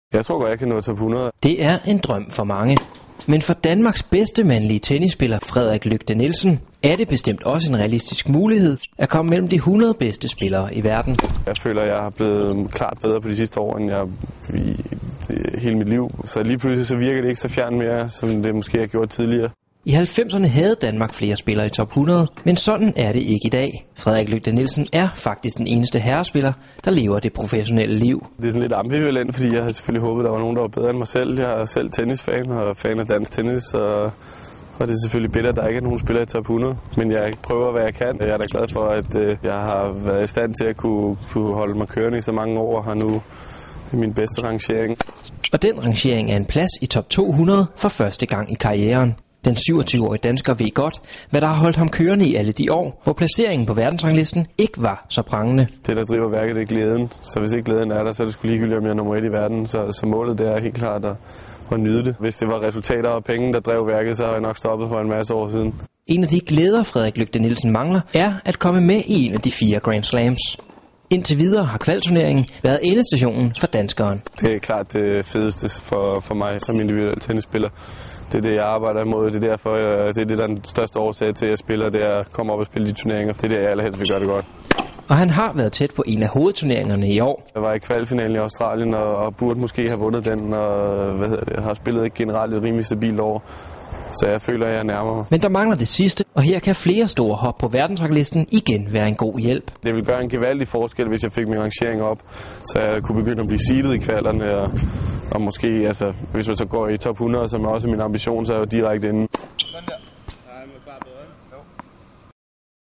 Jeg tror godt, jeg kan nå top 100. Det er en drøm for mange. Men for Danmarks bedste mandlige tennisspiller, Frederik Lygte Nielsen, er det bestemt også en realistisk mulighed at komme mellem de 100 bedste spillere i verden. Jeg føler, at jeg er blevet klart bedre på de sidste år, end jeg i hele mit liv. Så lige pludselig så virker det ikke så fjern mere, som det måske har gjort tidligere. I 90'erne havde Danmark flere spillere i top 100, men sådan er det ikke i dag. Frederik Lygte Nielsen er faktisk den eneste herrespiller, der lever det professionelle liv. Det er sådan lidt ambivalent, fordi jeg havde selvfølgelig håbet, at der var nogen, der var bedre end mig selv. Jeg er selv tennisfan og fan af dansk tennis, og det er selvfølgelig bedre, at der ikke er nogen spillere i top 100. Men jeg prøver, hvad jeg kan. Jeg er da glad for, at jeg har været i stand til at kunne holde mig kørende i så mange år og har nu min bedste rangering. Og den rangering er en plads i top 200 for første gang i karrieren. Den 27-årige dansker ved godt, hvad der har holdt ham kørende i alle de år, hvor placeringen på verdensranglisten ikke var så prangende. Det, der driver værket, det er glæden. Så hvis ikke glæden er der, så er det sgu ligegyldigt, om jeg er nummer 1 i verden. Så målet det er helt klart at nyde det. Hvis det var resultater og penge, der drev værket, så har jeg nok stoppet for en masse år siden. En af de glæder, Frederik Lygte Nielsen mangler, er at komme med i en af de 4 Grand Slams. Indtil videre har kvalturneringen været endestationen for danskeren. Det er klart det fedeste for mig som individuel tennisspiller. Det er det, jeg arbejder imod. Det er derfor, det er det, der er den største årsag til, at jeg spiller, det er at komme op og spille de turneringer. Det er det, jeg allerhelst vil gøre det godt. Og han har været tæt på en af hovedturneringerne i år. Jeg var i kvalfinalen i Australien og burde måske have vundet den, og har spillet generelt et rimelig stabilt år. Så jeg føler, at jeg er nærmere. Men der mangler det sidste, og her kan flere store hop på verdensranglisten igen være en god hjælp. Det vil gøre en gevaldig forskel, hvis jeg fik min rangering op, så jeg kunne begynde at blive seedet i kvalerne. Og måske, hvis man så går i top 100, som er også min ambition, så er jeg jo direkte inde.